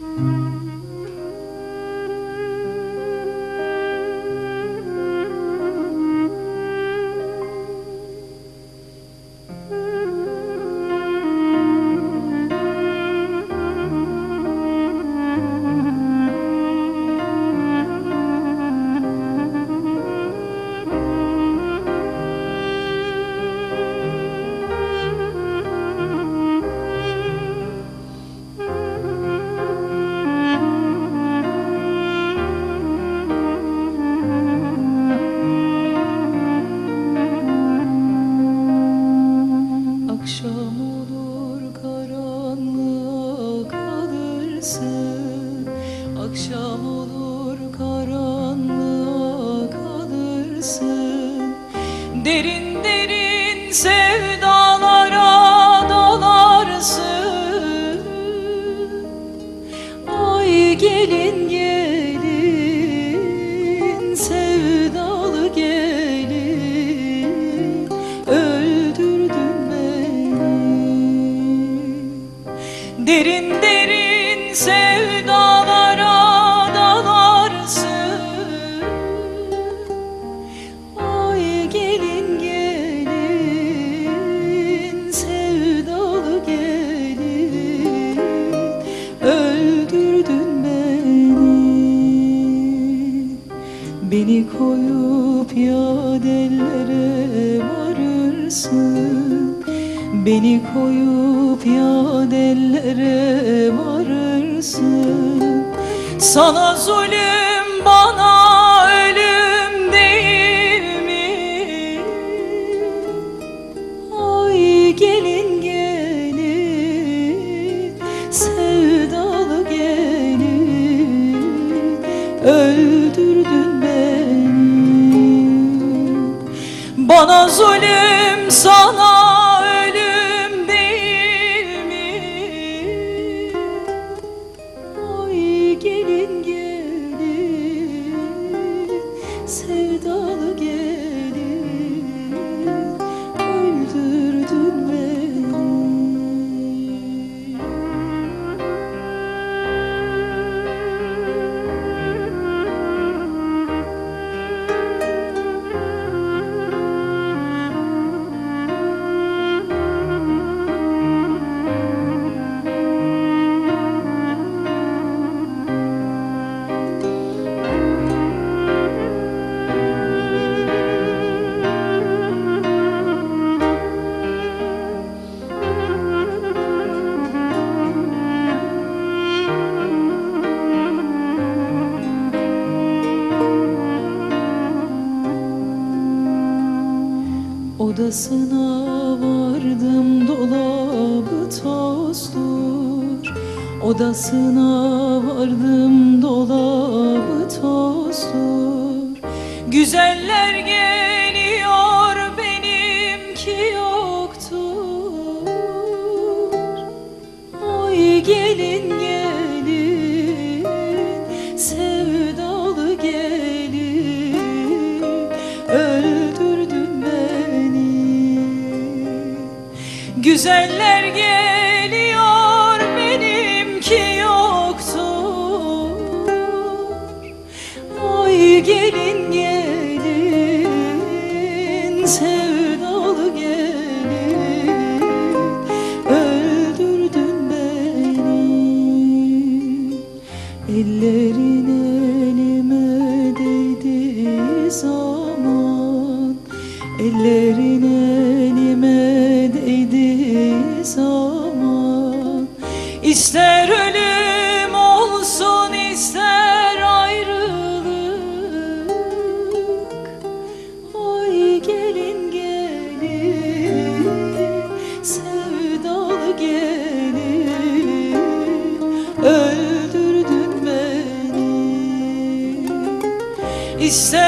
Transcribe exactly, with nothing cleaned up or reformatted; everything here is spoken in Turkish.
Akşam olur karanlığa kalırsın, akşam olur karanlığa kalırsın. Derin derin sevdalara dalarsın. Ay gelin gelin sevdalı gelin, öldürdün derin derin sevdalara dalarsın. Ay gelin gelin sevdalı gelin, öldürdün beni. Beni koyup yadellere varırsın, beni koyup yadellere varırsın. Sana zulüm, bana ölüm değil mi? Ay gelin gelin sevdalı gelin, öldürdün beni. Bana zulüm, sana gelin gelin sevdalı gelin, öldürdün beni. Odasına vardım, dolabı tozdur. Odasına vardım, dolabı tozdur. Güzeller geliyor, benimki yoktur. Ay gelin gelin sevdalı gelin, öldürdün beni. Güzeller geliyor, benimki yoktur. Ay gelin gelin sevdalı gelin, öldürdün beni. Ellerin elime değdiği zaman, ellerin elime değdiği zaman, İster ölüm olsun, ister ayrılık. Ay gelin gelin sevdalı gelin, öldürdün beni. İster